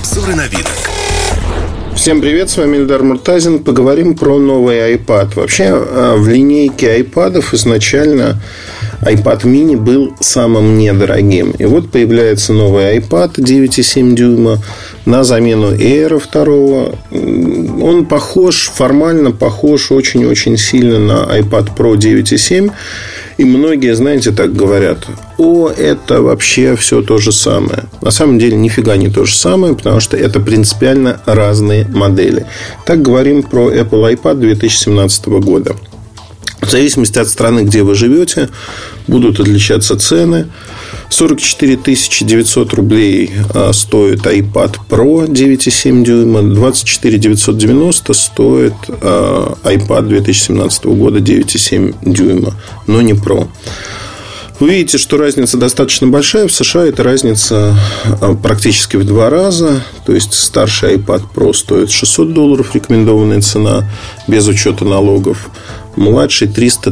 Обзоры новинок. Всем привет, с вами Эльдар Муртазин. Поговорим про новый iPad. Вообще, в линейке iPad'ов изначально iPad mini был самым недорогим. И вот появляется новый iPad 9,7 дюйма на замену Air 2. Он похож, формально похож очень-очень сильно на iPad Pro 9,7. И многие, знаете, так говорят: о, это вообще все то же самое. На самом деле нифига не то же самое, потому что это принципиально разные модели. Так говорим про Apple iPad 2017 года. В зависимости от страны, где вы живете, будут отличаться цены. 44 900 рублей стоит iPad Pro 9,7 дюйма. 24 990 стоит iPad 2017 года 9,7 дюйма, но не Pro. Вы видите, что разница достаточно большая. В США эта разница практически в 2 раза. То есть старший iPad Pro стоит $600, рекомендованная цена, без учета налогов. Младший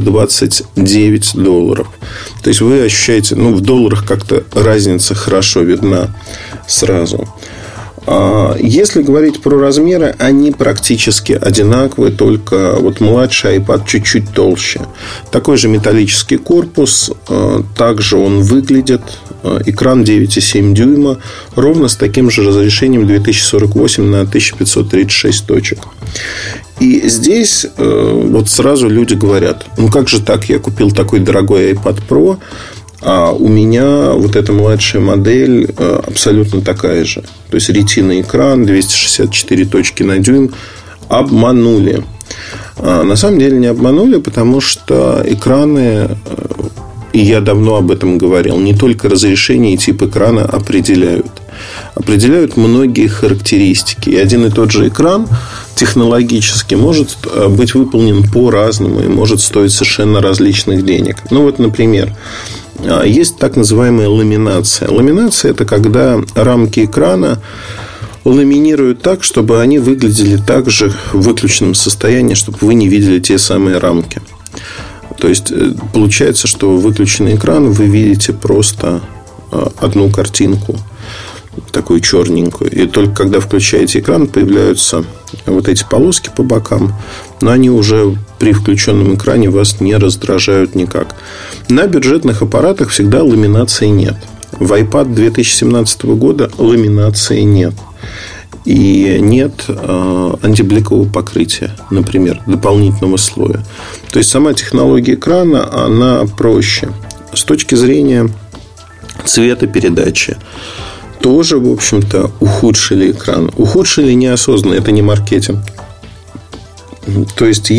$329. То есть вы ощущаете, в долларах как-то разница хорошо видна сразу. Если говорить про размеры, они практически одинаковые, только вот младший iPad чуть-чуть толще. Такой же металлический корпус, также он выглядит. Экран 9,7 дюйма, ровно с таким же разрешением 2048 на 1536 точек. И здесь вот сразу люди говорят: как же так, я купил такой дорогой iPad Pro, а у меня вот эта младшая модель абсолютно такая же. То есть ретина экран, 264 точки на дюйм. Обманули. На самом деле не обманули, потому что экраны, и я давно об этом говорил, не только разрешение и тип экрана определяют многие характеристики. И один и тот же экран технологически может быть выполнен по-разному и может стоить совершенно различных денег. Вот, например, есть так называемая ламинация. Ламинация – это когда рамки экрана ламинируют так, чтобы они выглядели так же в выключенном состоянии, чтобы вы не видели те самые рамки. То есть получается, что выключенный экран, вы видите просто одну картинку, такую черненькую. И только когда включаете экран, появляются вот эти полоски по бокам. Но они уже при включенном экране вас не раздражают никак. На бюджетных аппаратах всегда ламинации нет. В iPad 2017 года ламинации нет. И нет антибликового покрытия, например, дополнительного слоя. То есть сама технология экрана, она проще. С точки зрения цветопередачи тоже, в общем-то, ухудшили экран. Ухудшили неосознанно, это не маркетинг. То есть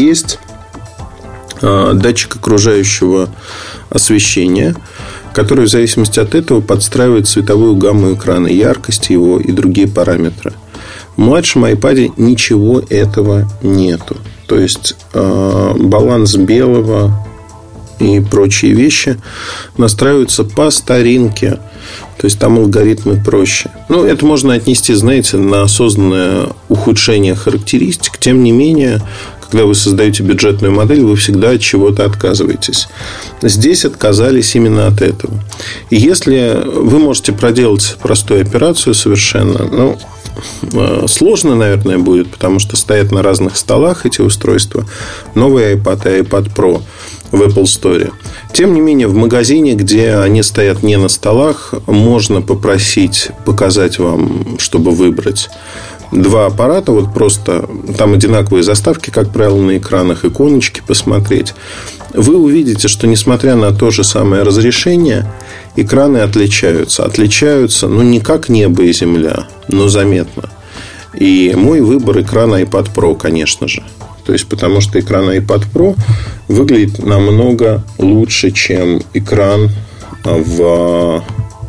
датчик окружающего освещения, который в зависимости от этого подстраивает цветовую гамму экрана, яркость его и другие параметры. В младшем iPad ничего этого нету. То есть баланс белого и прочие вещи настраиваются по старинке. То есть там алгоритмы проще. Это можно отнести, знаете, на осознанное ухудшение характеристик. Тем не менее, когда вы создаете бюджетную модель, вы всегда от чего-то отказываетесь. Здесь отказались именно от этого. И если вы можете проделать простую операцию совершенно, сложно, наверное, будет, потому что стоят на разных столах эти устройства. Новый iPad и iPad Pro в Apple Store. Тем не менее, в магазине, где они стоят не на столах, можно попросить показать вам, чтобы выбрать 2 аппарата. Вот просто там одинаковые заставки, как правило, на экранах, иконочки посмотреть. Вы увидите, что несмотря на то же самое разрешение, экраны отличаются. Отличаются, не как небо и земля, но заметно. И мой выбор — экран iPad Pro, конечно же. То есть, потому что экран iPad Pro выглядит намного лучше, чем экран в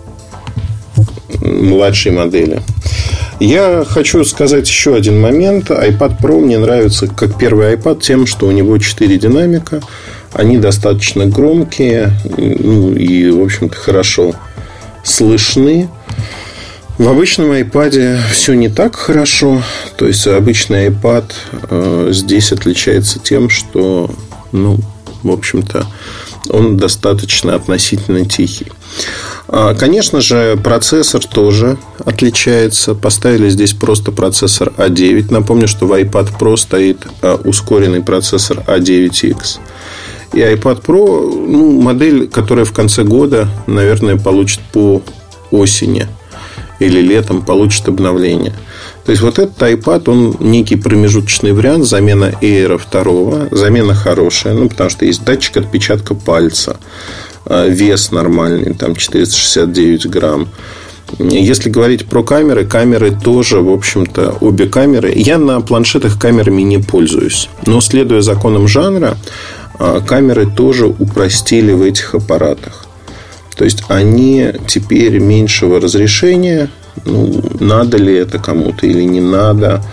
младшей модели. Я хочу сказать еще один момент. iPad Pro мне нравится как первый iPad тем, что у него 4 динамика. Они достаточно громкие и, в общем-то, хорошо слышны. В обычном iPad все не так хорошо. То есть обычный iPad здесь отличается тем, что, в общем-то, он достаточно относительно тихий. Конечно же, процессор тоже отличается. Поставили здесь просто процессор A9. Напомню, что в iPad Pro стоит ускоренный процессор A9X. И iPad Pro, модель, которая в конце года, наверное, получит по осени или летом получит обновление. То есть, вот этот iPad, он некий промежуточный вариант. Замена Air 2. Замена хорошая. Потому что есть датчик отпечатка пальца. Вес нормальный. Там 469 грамм. Если говорить про камеры, камеры тоже, в общем-то, обе камеры. Я на планшетах камерами не пользуюсь. Но, следуя законам жанра, камеры тоже упростили в этих аппаратах. То есть, они теперь меньшего разрешения. Надо ли это кому-то или не надо?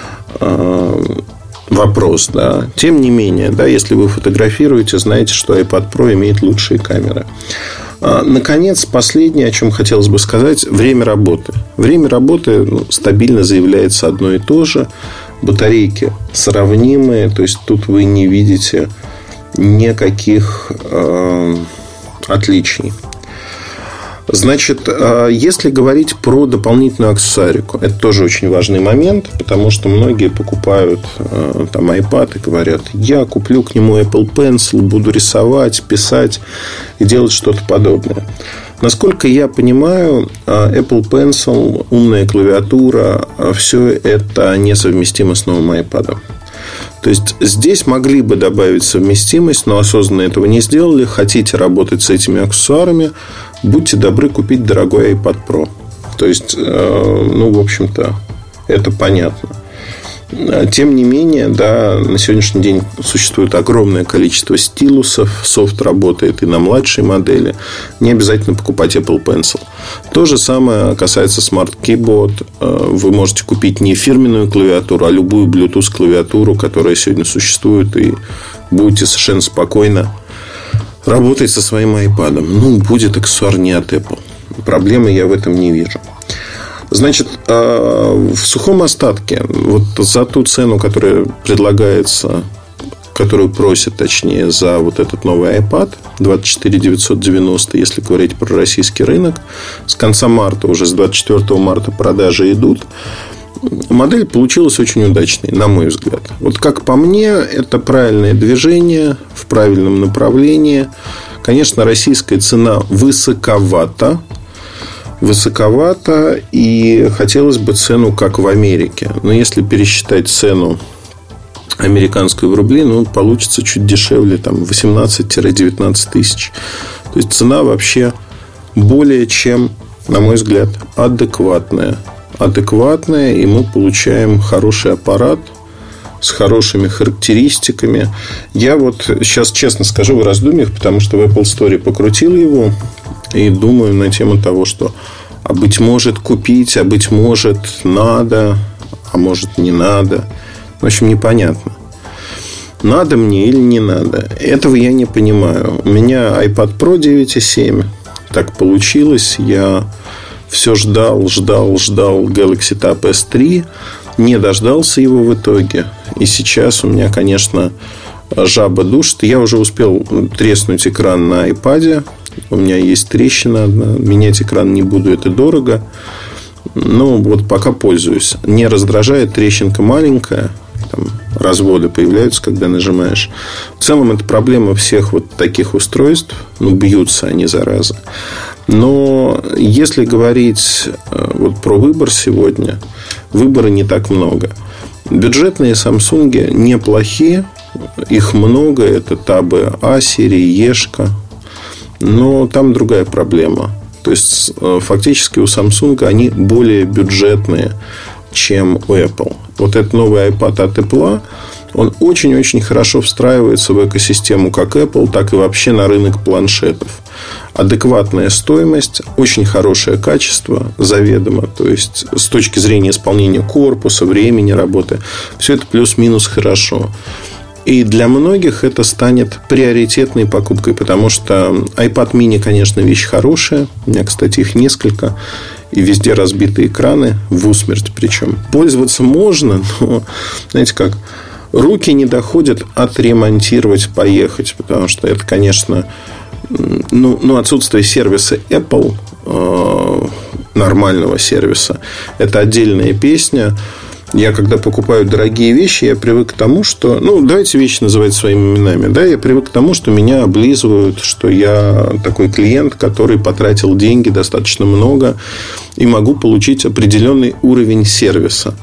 Вопрос, да. Тем не менее, да, если вы фотографируете, знаете, что iPad Pro имеет лучшие камеры. Наконец, последнее, о чем хотелось бы сказать, время работы. Время работы стабильно заявляется одно и то же. Батарейки сравнимые. То есть, тут вы не видите никаких отличий. Значит, если говорить про дополнительную аксессуарику, это тоже очень важный момент, потому что многие покупают там iPad и говорят: я куплю к нему Apple Pencil, буду рисовать, писать и делать что-то подобное. Насколько я понимаю, Apple Pencil, умная клавиатура, все это несовместимо с новым iPad. То есть, здесь могли бы добавить совместимость, но осознанно этого не сделали. Хотите работать с этими аксессуарами, будьте добры купить дорогой iPad Pro. То есть, в общем-то, это понятно. Тем не менее, да, на сегодняшний день существует огромное количество стилусов. Софт работает и на младшей модели. Не обязательно покупать Apple Pencil. То же самое касается Smart Keyboard. Вы можете купить не фирменную клавиатуру, а любую Bluetooth клавиатуру, которая сегодня существует, и будете совершенно спокойно работать со своим iPad. Будет аксессуар не от Apple. Проблемы я в этом не вижу. Значит, в сухом остатке, вот за ту цену, которая предлагается, которую просят, точнее, за вот этот новый iPad 24 990, если говорить про российский рынок, с конца марта, уже с 24 марта продажи идут. Модель получилась очень удачной, на мой взгляд. Вот как по мне, это правильное движение в правильном направлении. Конечно, российская цена высоковата, и хотелось бы цену как в Америке. Но если пересчитать цену американскую в рубли, получится чуть дешевле, там 18-19 тысяч. То есть, цена вообще более чем, на мой взгляд, адекватная, и мы получаем хороший аппарат с хорошими характеристиками. Я вот сейчас, честно скажу, в раздумьях, потому что в Apple Store покрутил его и думаю на тему того, что быть может купить, а быть может надо, а может не надо. В общем, непонятно, надо мне или не надо. Этого я не понимаю. У меня iPad Pro 9,7. Так получилось. Я все ждал Galaxy Tab S3. Не дождался его в итоге. И сейчас у меня, конечно, жаба душит. Я уже успел треснуть экран на iPad. У меня есть трещина одна. Менять экран не буду, это дорого. Но вот пока пользуюсь. Не раздражает, трещинка маленькая. Там разводы появляются, когда нажимаешь. В целом, это проблема всех вот таких устройств. Бьются они, зараза. Но если говорить вот про выбор сегодня, выбора не так много. Бюджетные Samsung неплохие. Их много. Это табы А серии, Ешка. Но там другая проблема. То есть, фактически у Samsung они более бюджетные, чем у Apple. Вот этот новый iPad от Apple, он очень-очень хорошо встраивается в экосистему как Apple, так и вообще на рынок планшетов. Адекватная стоимость, очень хорошее качество заведомо. То есть, с точки зрения исполнения корпуса, времени работы, все это плюс-минус хорошо. И для многих это станет приоритетной покупкой, потому что iPad mini, конечно, вещь хорошая. У меня, кстати, их несколько. И везде разбитые экраны, в усмерть причем. Пользоваться можно, но, знаете как, руки не доходят отремонтировать, поехать. Потому что это, конечно, отсутствие сервиса Apple, нормального сервиса, это отдельная песня. Я, когда покупаю дорогие вещи, я привык к тому, что... давайте вещи называть своими именами. Да, я привык к тому, что меня облизывают, что я такой клиент, который потратил деньги достаточно много и могу получить определенный уровень сервиса.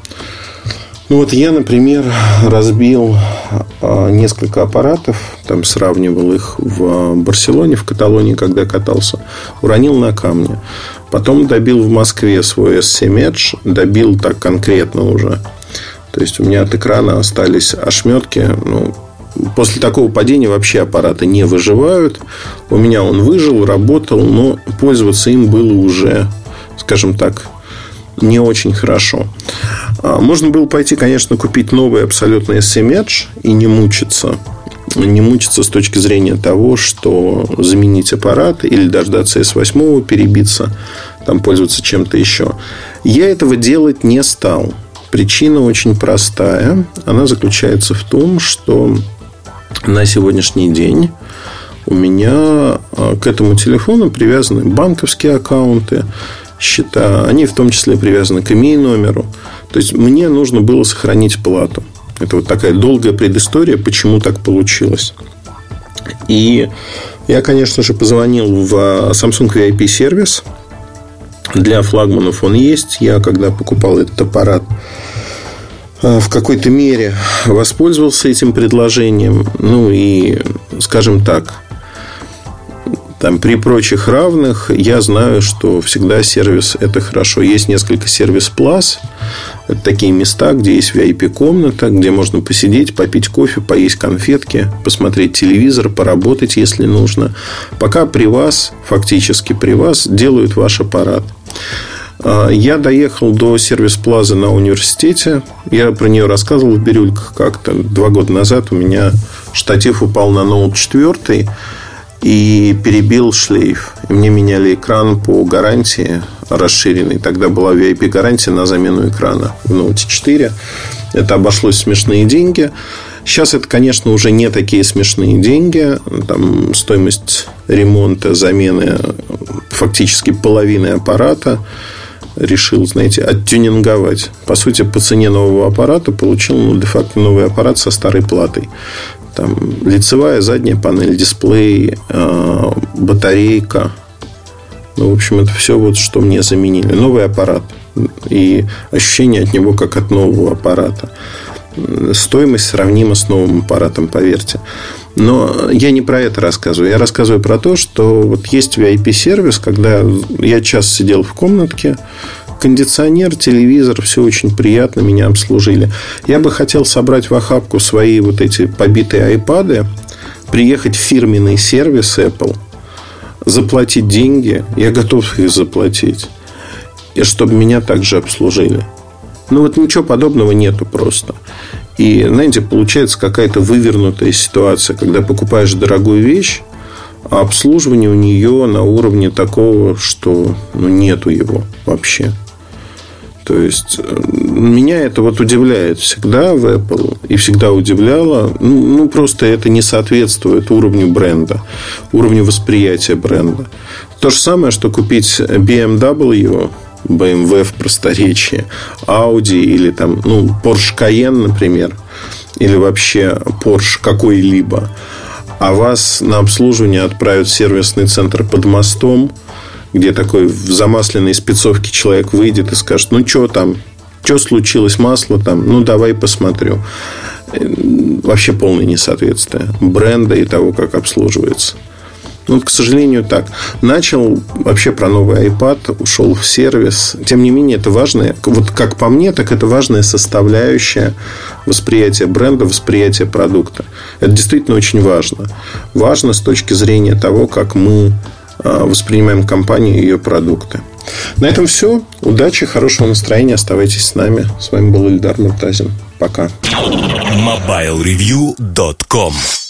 Я, например, разбил несколько аппаратов, там сравнивал их в Барселоне, в Каталонии, когда катался, уронил на камни. Потом добил в Москве свой S7 Edge, добил так конкретно уже. То есть у меня от экрана остались ошметки. После такого падения вообще аппараты не выживают. У меня он выжил, работал, но пользоваться им было уже, скажем так, не очень хорошо. Можно было пойти, конечно, купить новый абсолютно S7 Edge и не мучиться. Не мучиться с точки зрения того, что заменить аппарат или дождаться S8 перебиться, там пользоваться чем-то еще. Я этого делать не стал. Причина очень простая. Она заключается в том, что на сегодняшний день у меня к этому телефону привязаны банковские аккаунты, счета. Они в том числе привязаны к email-номеру. То есть мне нужно было сохранить плату. Это такая долгая предыстория, почему так получилось. И я, конечно же, позвонил в Samsung VIP сервис. Для флагманов он есть. Я, когда покупал этот аппарат, в какой-то мере воспользовался этим предложением. И, скажем так, там, при прочих равных я знаю, что всегда сервис – это хорошо. Есть несколько сервис Plus. Это такие места, где есть VIP-комната, где можно посидеть, попить кофе, поесть конфетки, посмотреть телевизор, поработать, если нужно. Пока при вас, фактически при вас, делают ваш аппарат. Я доехал до сервис-плазы на университете. Я про нее рассказывал в бирюльках как-то. 2 года назад у меня штатив упал на Note 4 и перебил шлейф. И мне меняли экран по гарантии расширенной. Тогда была VIP-гарантия на замену экрана в Note 4. Это обошлось в смешные деньги. Сейчас это, конечно, уже не такие смешные деньги. Там стоимость ремонта, замены фактически половины аппарата. Решил, знаете, оттюнинговать. По сути, по цене нового аппарата получил де-факто новый аппарат со старой платой. Там лицевая, задняя панель, дисплей, батарейка. В общем, это все, что мне заменили. Новый аппарат. И ощущение от него как от нового аппарата. Стоимость сравнима с новым аппаратом, поверьте. Но я не про это рассказываю. Я рассказываю про то, что есть VIP-сервис, когда я час сидел в комнатке, кондиционер, телевизор, все очень приятно, меня обслужили. Я бы хотел собрать в охапку свои эти побитые айпады, приехать в фирменный сервис Apple, заплатить деньги, я готов их заплатить, и чтобы меня также обслужили. Ничего подобного нету просто. И, знаете, получается какая-то вывернутая ситуация, когда покупаешь дорогую вещь, а обслуживание у нее на уровне такого, что нету его вообще. То есть меня это удивляет всегда в Apple. И всегда удивляло. Просто это не соответствует уровню бренда, уровню восприятия бренда. То же самое, что купить BMW в просторечии, Audi или Porsche Cayenne, например, или вообще Porsche какой-либо, а вас на обслуживание отправят в сервисный центр под мостом, где такой в замасленной спецовке человек выйдет и скажет: что там, что случилось, масло там, давай посмотрю. Вообще полное несоответствие бренда и того, как обслуживается. К сожалению, так. Начал вообще про новый iPad, ушел в сервис. Тем не менее, это важная, как по мне, так это важная составляющая восприятия бренда, восприятия продукта. Это действительно очень важно. Важно с точки зрения того, как мы воспринимаем компанию и ее продукты. На этом все. Удачи, хорошего настроения. Оставайтесь с нами. С вами был Ильдар Муртазин. Пока. MobileReview.com